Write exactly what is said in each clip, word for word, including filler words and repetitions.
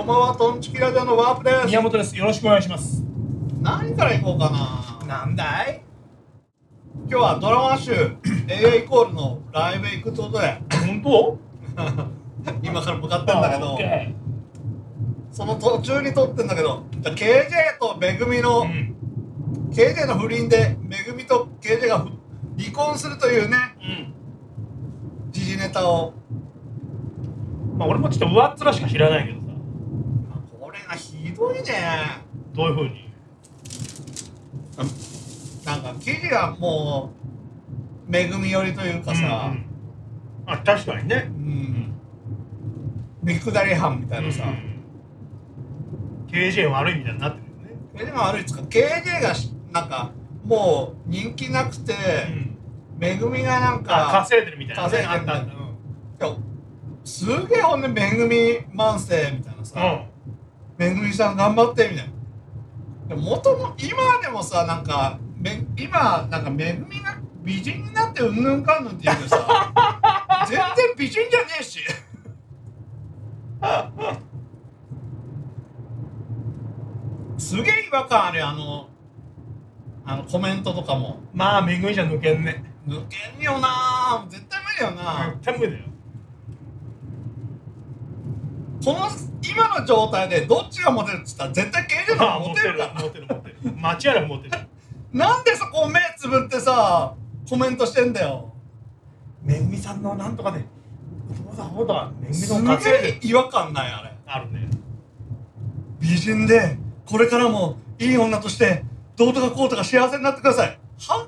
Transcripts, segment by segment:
こんばんは、トンチキラジオのワープです。 宮本です。よろしくお願いします。 何からいこうかな。 なんだい。 今日はドラマ集 エーエー イコールのライブ行くってことで本当今から向かってんだけど、その途中に撮ってんだけど ケージェー とめぐみの、うん、ケージェー の不倫でめぐみと ケージェー が離婚するというね、うん、時事ネタを、 まあ俺もちょっと上っ面しか知らないけどさ、 これがひどいね。 どういうふうに。 なんか記事がもうめぐみ寄りというかさ、うんうん、 あ、確かにね、うん、 見下り犯みたいなさ、うん、 ケージェー 悪いみたいになってるよね。 ケージェー が悪いっつうか ケージェー がなんかもう人気なくて、うん、めぐみがなんか稼いでるみたいな、ね、 稼いでるみたいな、うん、いやすげえほんでめぐみ慢性みたいなさ、うん、めぐみさん頑張ってみたいな。もとも今でもさ、なんかめ今なんかめぐみが美人になってうんぬんかんぬんって言うけどさ全然美人じゃねえしすげえ違和感あるよ、あのあのコメントとかも。 まあめぐみじゃ抜けんね。 抜けんよな、絶対無理よな。 絶対無理だよ。 この今の状態でどっちがモテるって言ったら絶対ケージェーの方がモテるから。 モテるモテるモテる。間違いなくモテる。 なんでそこを目つぶってさコメントしてんだよ。 めぐみさんのなんとかでそうだそうだ、めぐみのすげえ違和感ないあれ。 あるね。 美人でこれからもいい女としてどうとかこうとか幸せになってください。は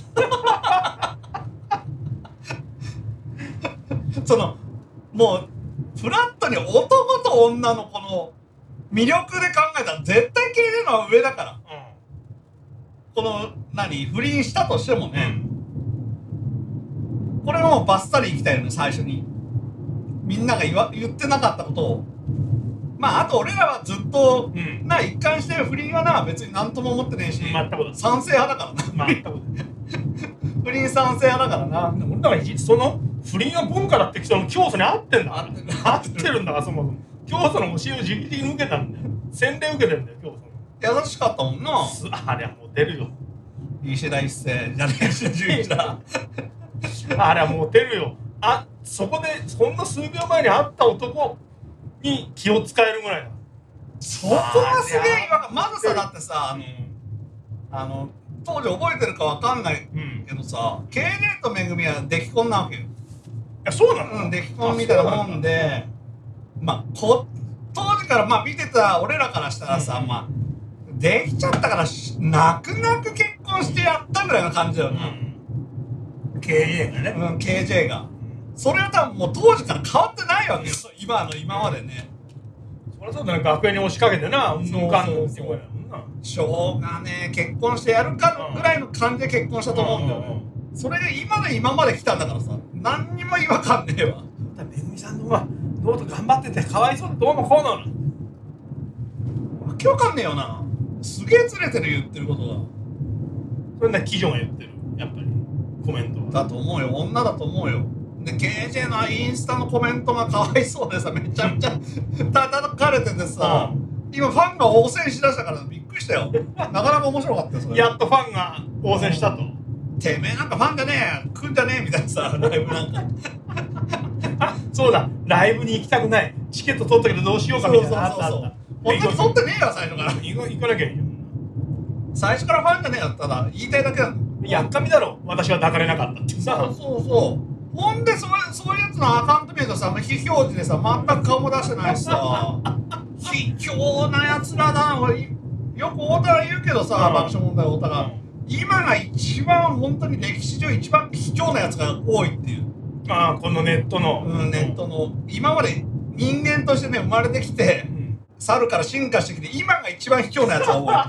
そのもうフラットに男と女のこの魅力で考えたら絶対ケージェーの方が上だから、うん、この何不倫したとしてもね、うん、これもうバッサリいきたいよね。最初にみんなが言わ言ってなかったことを、まああと俺らはずっと、うん、な一貫して不倫はな別に何とも思ってねえし、賛成派だからな不倫賛成派だからな。 俺らがその不倫は文化だって人の教祖に合ってんだ。合ってる合ってるんだから、そもそも教祖の教えを直々に受けたんだよ。洗礼受けてるんだよ教祖の。優しかったもんな。 あれはもう出るよ。 石田一世じゃねえし純一だあれはもう出るよ。あ、そこでそんな数秒前に会った男に気を使えるぐらいだ。 そこがすげえ違和感。まずさ、だってさ、あの、あの当時覚えてるかわかんないけどさ、うん、ケージェー とめぐみは出来婚なわけよ。いや、そうなの？ うん、出来婚みたいなもんで、まあこ当時からまあ見てた俺らからしたらさ、うん、まあできちゃったから泣く泣く結婚してやったぐらいの感じだよな、うん、 ケージェー がね、 うん、ケージェー がそれは多分もう当時から変わってないわけよ、今の今までね。 そりゃそうだね、学園に押しかけてな、うんぬんかんぬんって声だもんな。 しょうがねえ、結婚してやるかぐらいの感じで結婚したと思うんだよね、うんうん、それが今で今まで来たんだからさ、何にも違和感ねえわ。 めぐみさんの方がどうと頑張っててかわいそうでどうもこうなの。 わけわかんねえよな。すげえずれてる言ってることが。 それな記事が言ってる、やっぱりコメントはだと思うよ。女だと思うよ。で ケージェー のインスタのコメントがかわいそうでさ、めちゃめちゃ叩かれててさ、うん、今ファンが応戦しだしたからびっくりしたよ。なかなか面白かったよそれ。 やっとファンが応戦したと。 てめえなんかファンじゃねえ来んじゃねえみたいなさ、ライブなんかあ、そうだ、ライブに行きたくない、チケット取ったけどどうしようかみたいな。 そうそうそうそう、本当に取ってねえよ最初から。 行かなきゃいいよ。 最初からファンじゃねえよ、ただ言いたいだけなの。 やっかみだろ、私は抱かれなかったってさ。 そうそうそう、ほんでそうそういうやつのアカウント見るとさ、非表示でさ、全く顔も出してないしさ卑怯なやつらだ。俺よく太田が言うけどさ、うん、爆笑問題太田が、うん、今が一番本当に歴史上一番卑怯なやつが多いっていう。 ああ、このネットの、 うん、ネットの今まで人間としてね生まれてきて、うん、猿から進化してきて今が一番卑怯なやつが多い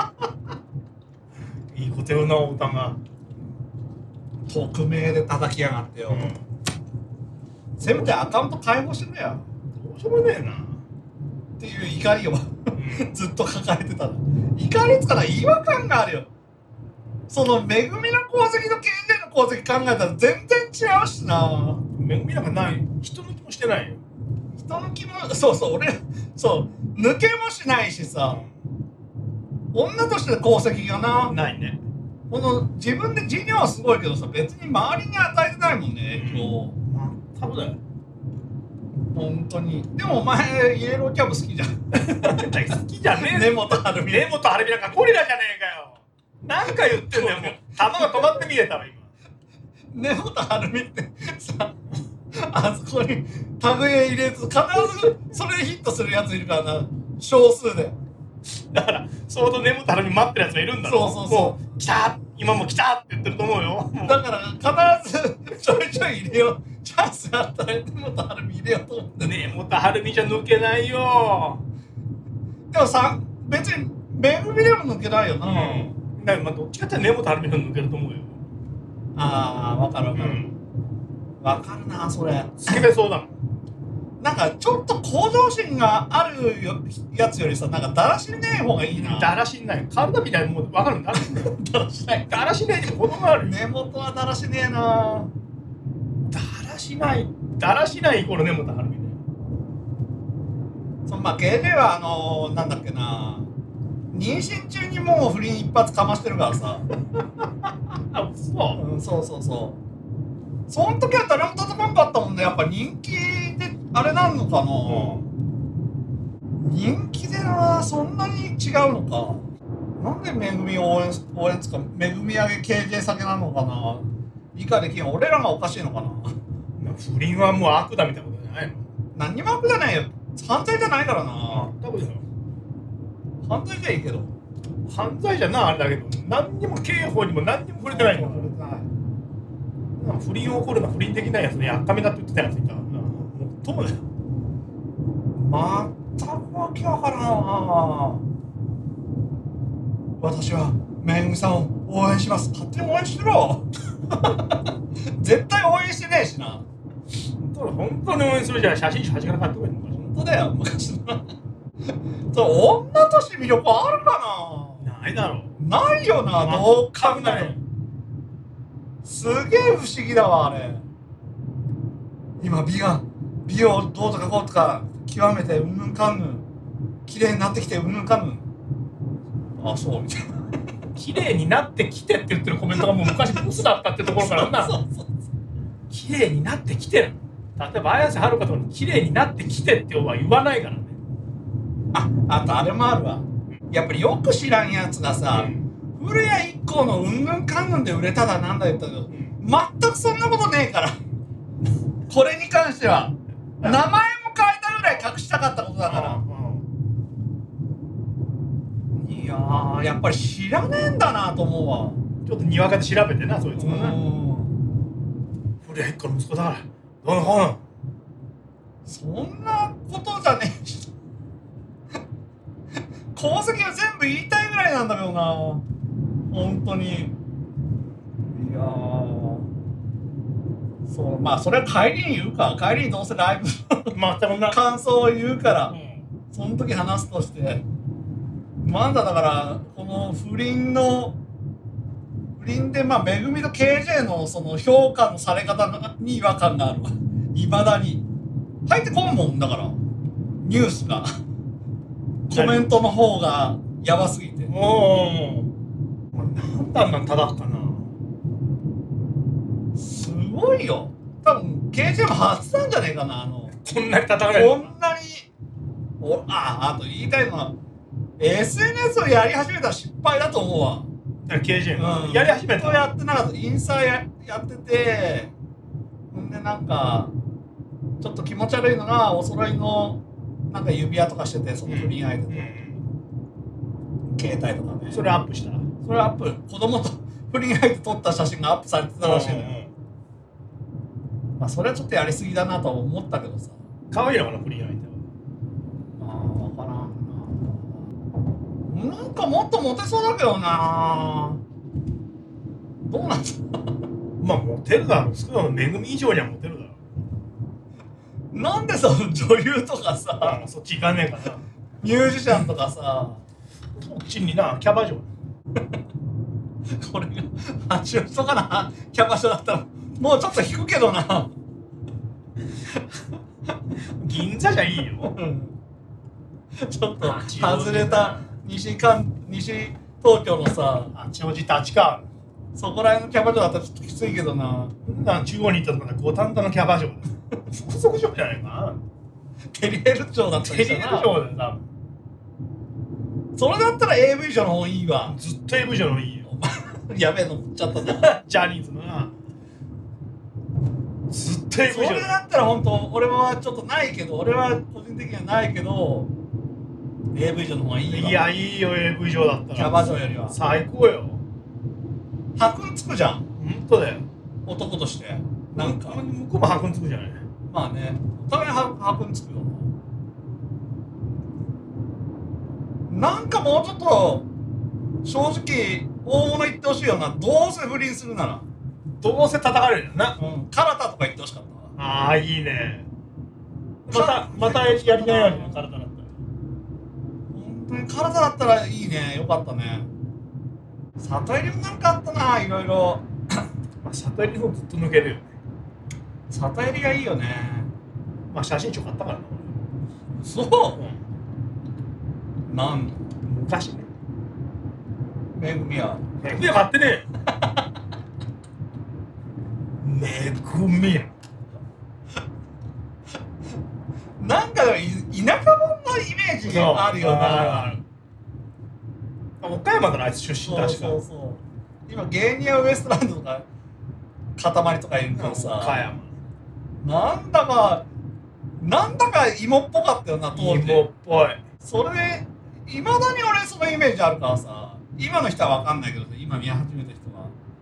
っていういいこと言うな太田が。 匿名で叩きやがってよ、うん、せめてアカウント解放してくれよ。 どうしようもねえなっていう怒りをずっと抱えてたの。怒りつかない違和感があるよ。そのめぐみの功績とケージェー の功績考えたら全然違うしな。 めぐみなんかない、人抜きもしてないよ。 人人の気もそうそう俺そう抜けもしないしさ、女として功績がなないね。 この自分で事業はすごいけどさ、別に周りに与えてないもんね影響。 まあ多分だよ。 本当に。でもお前イエローキャブ好きじゃん。 好きじゃねえ。 根本晴美。 根本晴美なんかゴリラじゃねえかよ。なんか言ってんだよもう。弾が止まって見えたわ今。 根本晴美ってさ、あそこにタグへ入れず必ずそれでヒットするやついるからな、少数で。 だから相当根本晴美待ってるやつがいるんだろ。 そうそうそう。 もう来た今も来たって言ってると思うよ。 だから必ずちょいちょい入れよう。チャンスがあったら根本晴美入れようと思って根本晴美じゃ抜けないよ。 でもさ、別にめぐみでも抜けないよな。 うんだからまあどっちかっていうと根本晴美の抜けると思うよ。 ああ、わかるわかる。 うんわかるな、それ。 スケベそうだもん。 なんかちょっと向上心があるよやつよりさ、なんかだらしねえ方がいいな。 だらしない。体みたいにもう分かる。だらしない。 だらしない。 だらしないにも程があるよ。 根元はだらしねえな。 だらしない。だらしないイコール根本晴美だよ。 そのまあ ケージェー はあのー、なんだっけな、妊娠中にもう不倫一発かましてるからさ。 あ、嘘。 うん、そうそうそう。その時は誰も叩かんかったもんね。やっぱ人気であれなんのかな、うん、人気でな、そんなに違うのか。なんでめぐみ応援応援つかめぐみ上げ ケージェー 酒なのかな、理解できん。俺らがおかしいのかな。 不倫はもう悪だみたいなことじゃないの。 何にも悪じゃないよ。犯罪じゃないからな。 多分だよ。 犯罪じゃいいけど。 犯罪じゃなあれだけど、何にも刑法にも何にも触れてないんだから。不倫を起こるのは不倫できないやつね、やっかめだって言ってたやついたからな。もうともだよ。 全くわけわからんな。私はめぐみさんを応援します。勝手に応援してろ。絶対応援してねえしな。 本当に応援するじゃん。写真集端から買ってこいんのか。 本当だよ、昔の。そう女として魅力あるかな。ないだろう。 ないよな、どう考えても。すげえ不思議だわ、あれ。今美が美をどうとかこうとか極めてうんぬんかんぬん、綺麗になってきてうんぬんかんぬん。あ、そうみたいな。 綺麗になってきてって言ってるコメントがもう昔ブスだったってところからな。 そうそうそう。 綺麗になってきてる。例えば綾瀬はるかとかに綺麗になってきてっては言わないからね。あ、 あとあれもあるわ。やっぱりよく知らんやつがさ、うん古谷一行のうんぬんかんぬんで売れただなんだ言ったけど、うん、全くそんなことねえから。これに関しては名前も変えたぐらい隠したかったことだから。いやー、やっぱり知らねえんだなと思うわ。 ちょっとにわかで調べてな、そいつもな。古谷一行の息子だからどうのこうの。 そんなことじゃねえし。功績は全部言いたいぐらいなんだけどな。本当に。いやー、そう、まあそれは帰りに言うか。帰りにどうせライブまたこんな感想を言うから、 うん、 その時話すとして。まだだからこの不倫の不倫でまあめぐみと ケージェー のその評価のされ方に違和感があるわ。いまだに入ってこんもんだからニュースがコメントの方がやばすぎて。 おお。なんだんなん叩くかな。 すごいよ。多分 ケージェー も初なんじゃねえかな。あのこんなに叩かれる。 こんなに。おああと言いたいのは エスエヌエス をやり始めたら失敗だと思うわ。 だから ケージェー、 うん、 やり始めた。 やってなかった。インスタ や, やってて、んでなんかちょっと気持ち悪いのがお揃いのなんか指輪とかしてて、その不倫相手と、うん、携帯とかね。 それアップした。 それアップ。子供と不倫相手撮った写真がアップされてたらしいのよ。まあそれはちょっとやりすぎだなとは思ったけどさ。 可愛いのかな、不倫相手は。 ああ、分からんな。なんかもっとモテそうだけどな。どうなんだ。 まあモテるだろう。少なくともめぐみ以上にはモテるだろう。なんでその女優とかさ、 うん、そっち行かねえかな。 ミュージシャンとかさ、 そっちにな、キャバ嬢。 これが八王子とかな、キャバ嬢だったらもうちょっと引くけどな。 銀座じゃいいよ。 ちょっと外れた西関西東京のさ、 八王子立川そこら辺のキャバ嬢だったらちょっときついけどな。 な中央に行ったところで五反田のキャバ嬢だ。風俗嬢じゃないかな。 テリエル嬢だったテリエルりしたな。 嬢だよな。 それだったら エーブイ 嬢の方がいいわ。 ずっと エーブイ 嬢のいいよ。 やべえのっちゃったな。 ジャニーズのな。ずっと エーブイそ嬢れだったら本当俺はちょっとないけど、俺は個人的にはないけど エーブイ 嬢の方がいいわ。 いやいいよ エーブイ 嬢だったら。 キャバ嬢よりは最高よ。 箔んつくじゃん、 本当だよ。 男として。なんか向こうも箔んつくじゃない。 まあね、お互い箔んつくよな。なんかもうちょっと正直大物言ってほしいよな。どうせ不倫するなら。 どうせ叩かれるよな。 うん、カラタとか言ってほしかったわ。 ああいいね。またまたやりがいあるよ体だったら。 本当に体だったらいいね。よかったね。里入りもなんかあったな、いろいろ。 まあ里入りもずっと抜けるよね。 里入りがいいよね。 まあ写真集買ったからなそう、 俺。 なん昔ね。 めぐみはめぐみは買ってねえ。めぐみ。 なんかでもい田舎者のイメージあるよな。 岡山からあいつ出身だしか。 そうそうそう。今芸人やウエストランドとか塊とかいるけどさ、 岡山なんだかなんだか芋っぽかったよな当時。 芋っぽい。 それでいまだに俺そのイメージあるからさ、今の人は分かんないけどさ、今見始めた人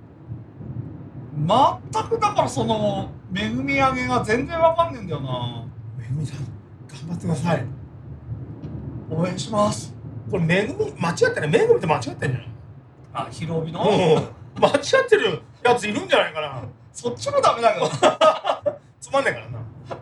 は全くだからそのめぐみ上げが全然分かんねえんだよな。 めぐみさん頑張ってください。 応援します。 これめぐみ間違ってない。めぐみって間違ってんじゃない。 あ、広帯の、 うん間違ってるやついるんじゃないかな。 そっちもダメだけどつまんないから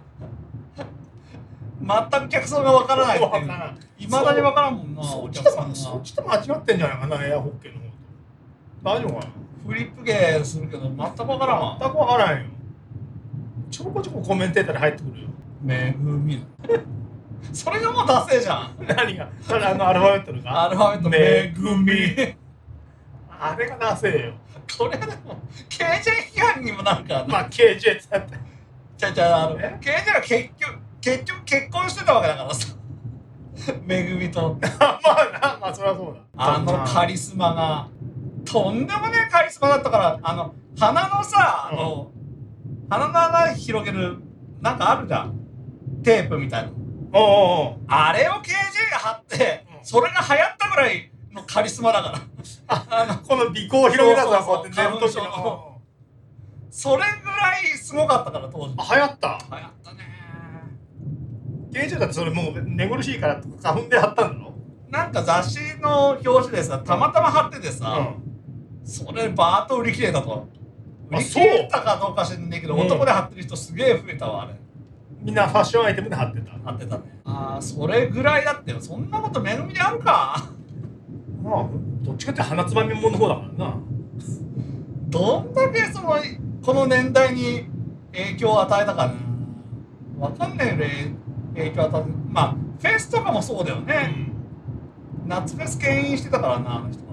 な。 全く客層が分からないっていう。 分からん。 いまだに分からんもんな。 そっちとお客さんがそっちと間違ってんじゃないかな。エアホッケーの方と大丈夫かな。 フリップ芸するけど全く分からんわ。 全く分からんよ。ちょこちょこコメンテーターで入ってくるよ。 めぐみそれがもうダセえじゃん。 何があのアルファベットのかアルファベットめぐみあれがダセえよ。 これでも ケージェー 批判にもなんかまあ ケージェー ってやってちゃちゃあの ケージェー は結局結局結婚してたわけだからさめぐみとまあな、まあそりゃそうだ。 あのカリスマがとんでもねえカリスマだったから、あの鼻のさ、あの、うん、鼻の穴広げるなんかあるじゃん、テープみたいな。 おうおうおう、あれを ケージェー が貼って、うん、それが流行ったぐらいのカリスマだからあのこの鼻孔を広げたさ、こうやって寝る時のそれぐらいすごかったから当時。 あ、流行った流行ったね。 ケージェー だってそれもう寝苦しいから花粉で貼ったんだろ。 なんか雑誌の表紙でさ、たまたま貼っててさ、うん、それバーッと売り切れたと。売り切れたかどうか知らないけど、うん、男で貼ってる人すげえ増えたわあれ。 みんなファッションアイテムで貼ってた。 貼ってたね。ああ、それぐらいだってよ。そんなことめぐみであるか。 まあどっちかって鼻つまみもんの方だからな。 どんだけそのこの年代に影響を与えたかな。わかんないよね。影響を与えて、まあフェスとかもそうだよね。うん、夏フェス牽引してたからな、あの人。